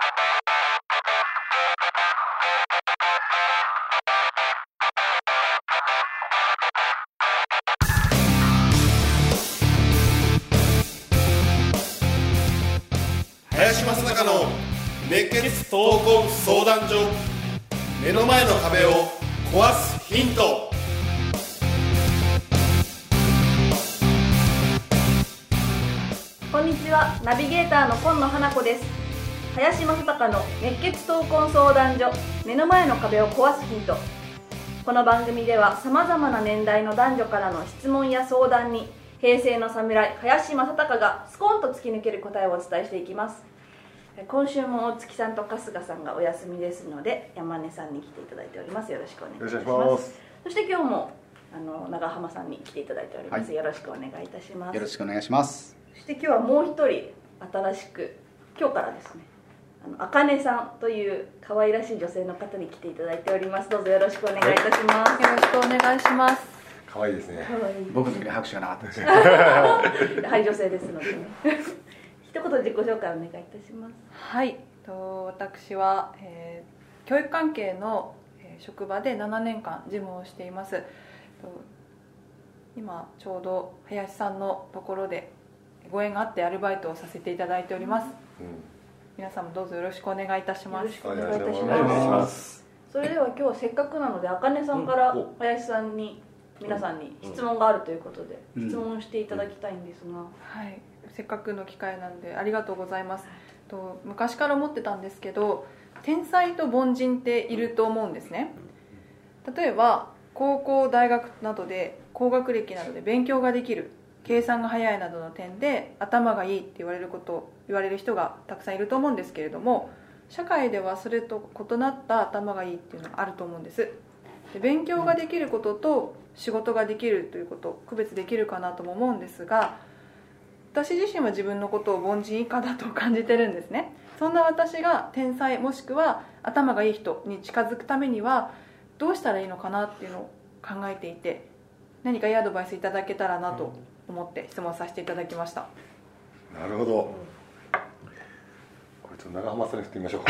林正孝の熱血闘魂相談所。目の前の壁を壊すヒント。 こんにちは、ナビゲーターの今野花子です。林正孝の熱血闘魂相談所、目の前の壁を壊すヒント。この番組ではさまざまな年代の男女からの質問や相談に、平成の侍林正孝がスコンと突き抜ける答えをお伝えしていきます。今週も大月さんと春日さんがお休みですので、山根さんに来ていただいております。よろしくお願いいたします。そして今日も長浜さんに来ていただいております。よろしくお願いいたします。 よろしくお願いします。 そして今日はもう一人新しく、今日からですね、あかねさんという可愛らしい女性の方に来ていただいております。どうぞよろしくお願いいたします。 よろしくお願いします。 可愛いですね。 僕の時に拍手がなかったですはい、女性ですのでね。一言自己紹介お願いいたします。 はい、私は、教育関係の職場で7年間事務をしています。今ちょうど林さんのところでご縁があってアルバイトをさせていただいております。皆さんもどうぞよろしくお願いいたします。 よろしくお願いいたします。それでは今日はせっかくなので、あかねさんから林さんに、皆さんに質問があるということで、質問していただきたいんですが、 はい、せっかくの機会なんでありがとうございます。昔から思ってたんですけど、天才と凡人っていると思うんですね。例えば高校大学などで高学歴などで勉強ができる、計算が早いなどの点で頭がいいって言われる人がたくさんいると思うんですけれども、社会ではそれと異なった頭がいいっていうのがあると思うんです。で、勉強ができることと仕事ができるということ、区別できるかなとも思うんですが、私自身は自分のことを凡人以下だと感じてるんですね。そんな私が天才もしくは頭がいい人に近づくためにはどうしたらいいのかなっていうのを考えていて、何かいいアドバイスいただけたらなと思って質問させていただきました。 なるほど。これちょっと長浜さんに振ってみましょう。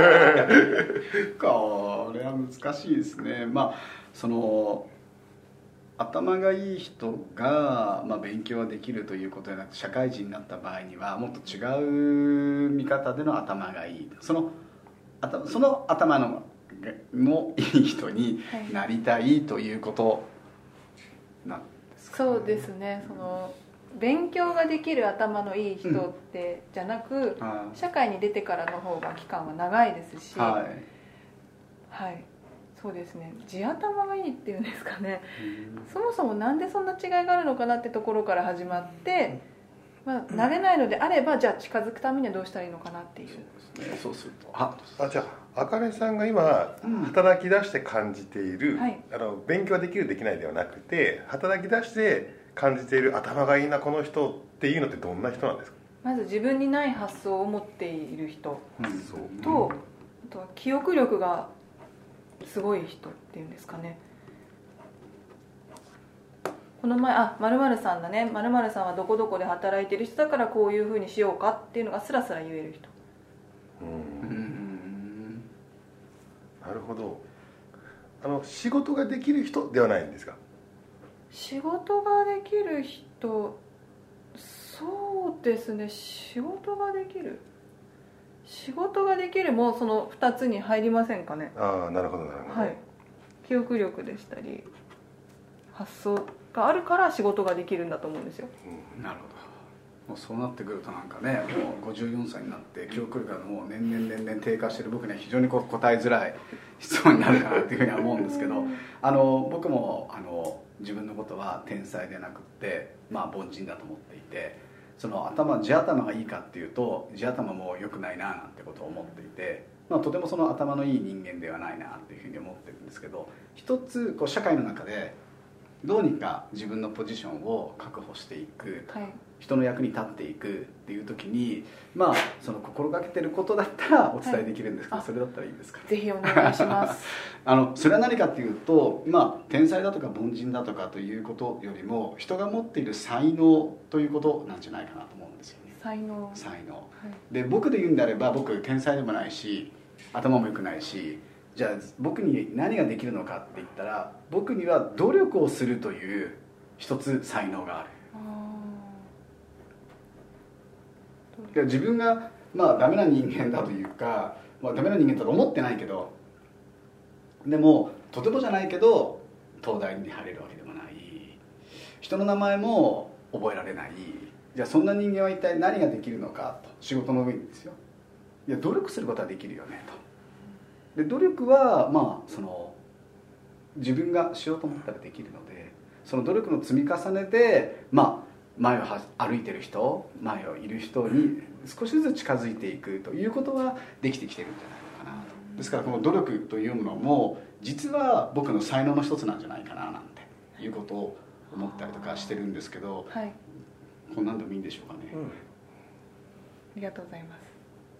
これは難しいですね。その頭がいい人が、勉強はできるということでなく、社会人になった場合にはもっと違う見方での頭がいい、その頭のいい人になりたいということなんですかね。 そうですね。その勉強ができる頭のいい人ってじゃなく、社会に出てからの方が期間は長いですし、はい、そうですね、地頭がいいっていうんですかね。そもそもなんでそんな違いがあるのかなってところから始まって、慣れないのであれば、じゃあ近づくためにはどうしたらいいのかなっていう。 そうするとじゃああかねさんが今働き出して感じている、勉強はできるできないではなくて、働き出して感じている頭がいいなこの人っていうのってどんな人なんですか？ まず自分にない発想を持っている人と、あとは記憶力がすごい人っていうんですかね。この前〇〇さんだね、〇〇さんはどこどこで働いてる人だからこういうふうにしようかっていうのがスラスラ言える人。 なるほど。仕事ができる人ではないんですか？ 仕事ができる人、そうですね、仕事ができるもその2つに入りませんかね。 なるほどなるほど。 記憶力でしたり発想があるから仕事ができるんだと思うんですよ。 なるほど。もうそうなってくるとなんかね、もう54歳になって記憶力がもう年々低下している僕には非常に答えづらい質問になるかなというふうには思うんですけど、僕も自分のことは天才でなくって凡人だと思っていて、その地頭がいいかっていうと地頭も良くないななんてことを思っていて、とてもその頭のいい人間ではないなっていうふうに思ってるんですけど、一つ社会の中でどうにか自分のポジションを確保していく、人の役に立っていくっていう時に、その心がけてることだったらお伝えできるんですけど、それだったらいいですかね。 ぜひお願いしますそれは何かっていうと、天才だとか凡人だとかということよりも、人が持っている才能ということなんじゃないかなと思うんですよね。 才能、 はい、で僕で言うんであれば僕天才でもないし頭も良くないし、じゃあ僕に何ができるのかって言ったら僕には努力をするという一つ才能がある。自分がダメな人間だというか、ダメな人間だと思ってないけど、でもとてもじゃないけど東大に入れるわけでもない、人の名前も覚えられない、じゃあそんな人間は一体何ができるのかと、仕事の上にですよ。いや努力することはできるよねと。で努力はその自分がしようと思ったらできるので、その努力の積み重ねで前を歩いてる人、前をいる人に少しずつ近づいていくということができてきてるんじゃないのかなと。ですからこの努力というものも実は僕の才能の一つなんじゃないかななんていうことを思ったりとかしてるんですけど、 はい、 こんなんでもいいんでしょうかね。 ありがとうございます。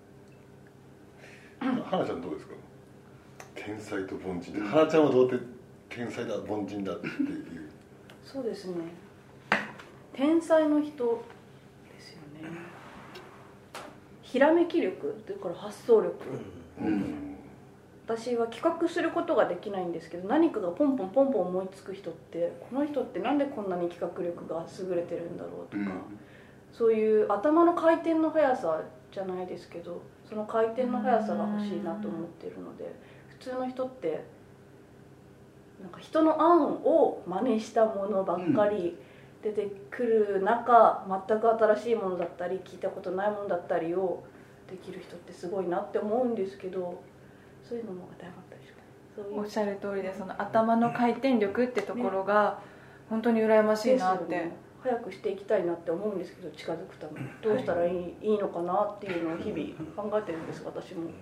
花ちゃんどうですか？天才と凡人で、花ちゃんはどうやって天才だ凡人だっていう？ そうですね、天才の人ですよね。ひらめき力というから発想力、私は企画することができないんですけど、何かがポンポン思いつく人って、この人ってなんでこんなに企画力が優れてるんだろうとか、そういう頭の回転の速さじゃないですけど、その回転の速さが欲しいなと思っているので、普通の人ってなんか人の案を真似したものばっかり出てくる中、全く新しいものだったり聞いたことないものだったりをできる人ってすごいなって思うんですけど、そういうのも当てはまったでしょうか。 おっしゃる通りで、その頭の回転力ってところが本当に羨ましいなって、 早くしていきたいなって思うんですけど、近づくためにどうしたらいいのかなっていうのを日々考えてるんです、私も。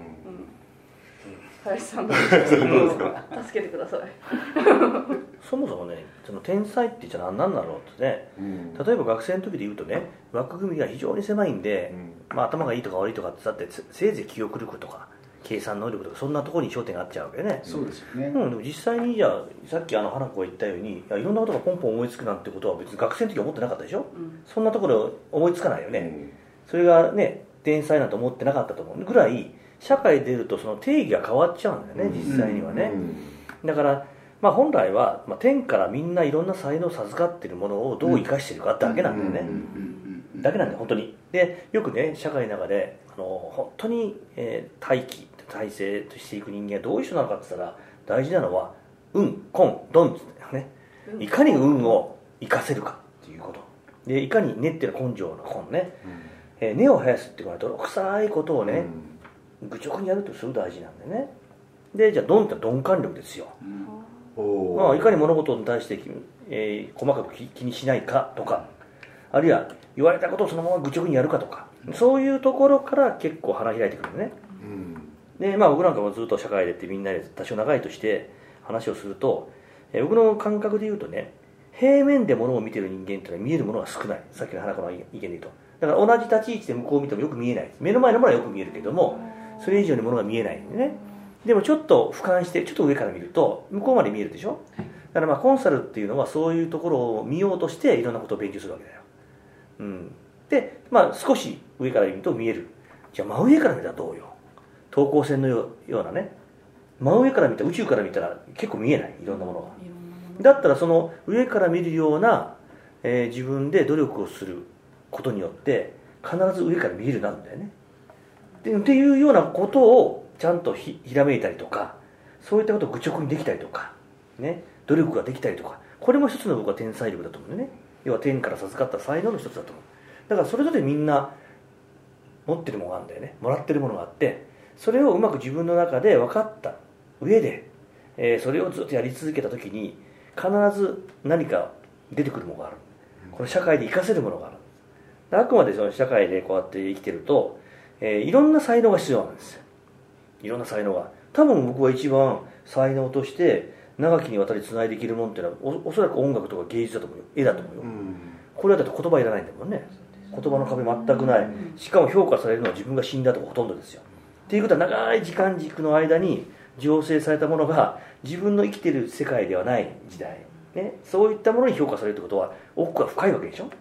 林さんどうですか？助けてください。 そもそもね、その天才ってじゃあ何だろうってね、例えば学生の時で言うとね、枠組みが非常に狭いんで、頭がいいとか悪いとかってだってせいぜい記憶力とか計算能力とかそんなところに焦点があっちゃうわけね。 そうですよね。 でも実際にじゃあさっき花子が言ったように、いろんなことがポンポン思いつくなんてことは別に学生の時は思ってなかったでしょ。そんなところ思いつかないよね。それがね天才なんて思ってなかったと思うぐらい、社会に出るとその定義が変わっちゃうんだよね、実際にはね。だから本来は、天からみんないろんな才能を授かっているものをどう生かしているかってだけなんだよね。だけなんだよ本当に。でよくね社会の中で本当に、大成としていく人間はどういう人なのかって言ったら、大事なのは運、根、ドンって言うんだよね。いかに運を生かせるかっていうことで、いかに根っていうのは根性の根ね、根を生やすっていうのは泥臭いことをね、愚直にやるってすごい大事なんだよね。でじゃあドンって鈍感力ですよ。いかに物事に対して、細かく気にしないかとか、あるいは言われたことをそのまま愚直にやるかとか、そういうところから結構花開いてくるんだね。で僕なんかもずっと社会でってみんなで多少長いとして話をすると、僕の感覚で言うとね、平面で物を見てる人間っていうのは見えるものが少ない。さっきの花子の意見で言うと、だから同じ立ち位置で向こうを見てもよく見えない。目の前のものはよく見えるけども、それ以上にものが見えないんでね。でもちょっと俯瞰してちょっと上から見ると向こうまで見えるでしょ。だからコンサルっていうのはそういうところを見ようとしていろんなことを勉強するわけだよ。で少し上から見ると見える。じゃあ真上から見たらどうよ。等高線のようなね、真上から見たら宇宙から見たら結構見えない、いろんなものが。だったらその上から見るような、自分で努力をすることによって必ず上から見えるようになるんだよね。っていうようなことをちゃんとひらめいたりとか、そういったことを愚直にできたりとか、ね、努力ができたりとか、これも一つの僕は天才力だと思うんだよね。要は天から授かった才能の一つだと思う。だからそれぞれみんな持ってるものがあるんだよね。もらってるものがあって、それをうまく自分の中で分かった上で、それをずっとやり続けた時に必ず何か出てくるものがある。この社会で生かせるものがある。あくまでその社会でこうやって生きてると、いろんな才能が必要なんですよ。いろんな才能が。多分僕は一番才能として長きにわたりつないでいけるものっていうのは おそらく音楽とか芸術だと思うよ。絵だと思うよ。これはだって言葉いらないんだもんね。言葉の壁全くない。しかも評価されるのは自分が死んだとかほとんどですよ。っていうことは長い時間軸の間に醸成されたものが自分の生きている世界ではない時代、ね、そういったものに評価されるってことは奥が深いわけでしょ。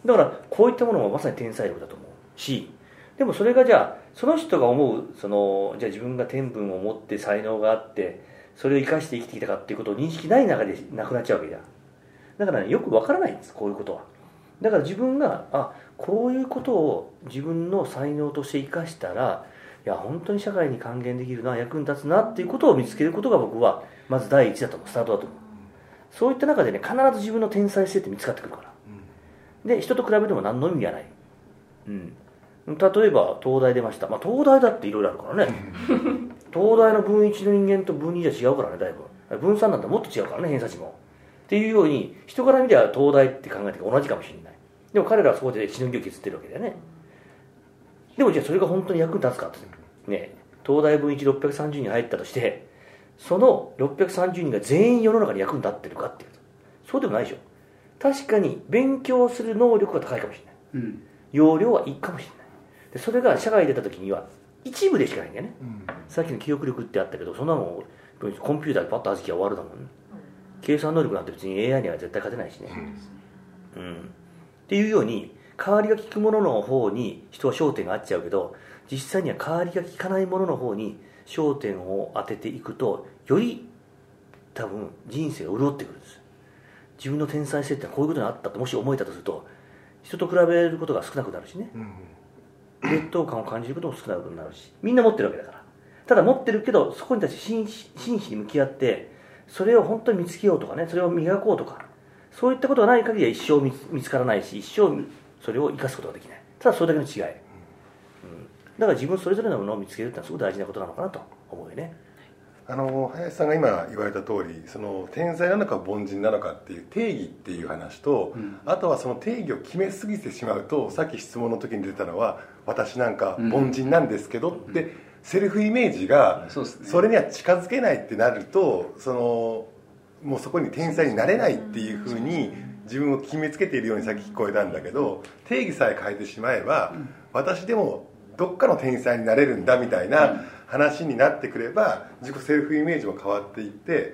だからこういったものもまさに天才力だと思うし、でもそれがじゃあその人が思うじゃあ自分が天分を持って才能があってそれを生かして生きてきたかっていうことを認識ない中でなくなっちゃうわけじゃん。だからね、よくわからないんです、こういうことは。だから自分がこういうことを自分の才能として生かしたら、いや本当に社会に還元できるな、役に立つなっていうことを見つけることが僕はまず第一だと思う、スタートだと思う。そういった中でね、必ず自分の天才性って見つかってくるから、で人と比べても何の意味がない、例えば東大出ました、東大だっていろいろあるからね東大の分1の人間と分2じゃ違うからね、だいぶ分3なんてもっと違うからね、偏差値もっていうように、人から見れば東大って考えて同じかもしれない。でも彼らはそこでしのぎを削ってるわけだよね。でもじゃあそれが本当に役に立つかってね、東大分1630人入ったとして、その630人が全員世の中に役に立ってるかっていうとそうでもないでしょ。確かに勉強する能力が高いかもしれない、容量はいいかもしれない。でそれが社会に出た時には一部でしかないんだよね、さっきの記憶力ってあったけど、そんなのコンピューターでパッと預けは終わるだもんね、計算能力なんて別に AI には絶対勝てないしね、っていうように代わりが利くものの方に人は焦点が合っちゃうけど、実際には代わりが利かないものの方に焦点を当てていくと、より多分人生が潤ってくるんです。自分の天才性ってこういうことにあったともし思えたとすると、人と比べることが少なくなるしね、劣等感を感じることも少なくなるし、みんな持ってるわけだから。ただ持ってるけど、そこに対して真摯に向き合ってそれを本当に見つけようとかね、それを磨こうとか、そういったことがない限りは一生見つからないし、一生それを生かすことができない。ただそれだけの違い、だから自分それぞれのものを見つけるってのはすごく大事なことなのかなと思うよね。 林さんが今言われた通り、その天才なのか凡人なのかっていう定義っていう話と、あとはその定義を決めすぎてしまうと、さっき質問の時に出たのは私なんか凡人なんですけどって、セルフイメージがそれには近づけないってなると、もうそこに天才になれないっていうふうに自分を決めつけているようにさっき聞こえたんだけど、定義さえ変えてしまえば、私でもどっかの天才になれるんだみたいな話になってくれば、自己セルフイメージも変わっていって、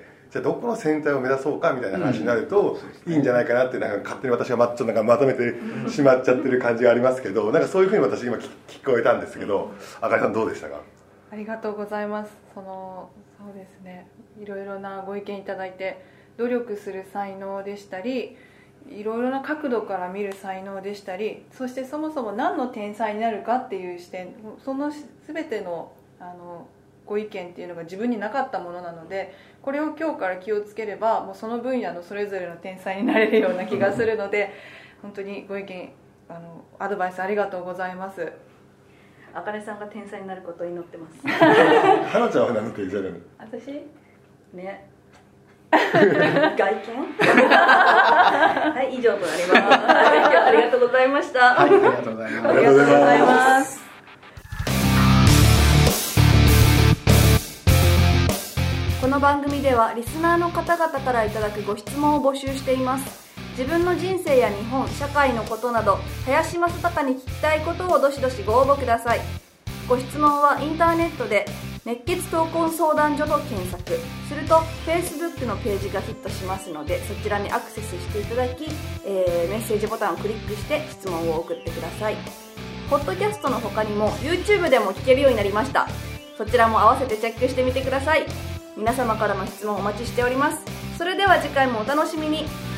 じゃあどこの天才を目指そうかみたいな話になるといいんじゃないかなって、なんか勝手に私がちょっとなんかまとめてしまっちゃってる感じがありますけど、なんかそういうふうに私今聞こえたんですけど、あかりさんどうでしたか？ ありがとうございます。そうですね、いろいろなご意見いただいて、努力する才能でしたり、いろいろな角度から見る才能でしたり、そしてそもそも何の天才になるかっていう視点、その全てのご意見っていうのが自分になかったものなので、これを今日から気をつければもうその分野のそれぞれの天才になれるような気がするので本当にご意見アドバイスありがとうございます。 あかねさんが天才になることを祈ってます花ちゃんは何の天才なの？ 私ね外見はい、以上となりますありがとうございました。 はい、ありがとうございます。 ありがとうございます。 この番組ではリスナーの方々からいただくご質問を募集しています。自分の人生や日本、社会のことなど、林正孝に聞きたいことをどしどしご応募ください。ご質問はインターネットで熱血闘魂相談所と検索すると Facebook のページがヒットしますので、そちらにアクセスしていただき、メッセージボタンをクリックして質問を送ってください。ポッドキャストの他にも YouTube でも聞けるようになりました。そちらも合わせてチェックしてみてください。皆様からの質問お待ちしております。それでは次回もお楽しみに。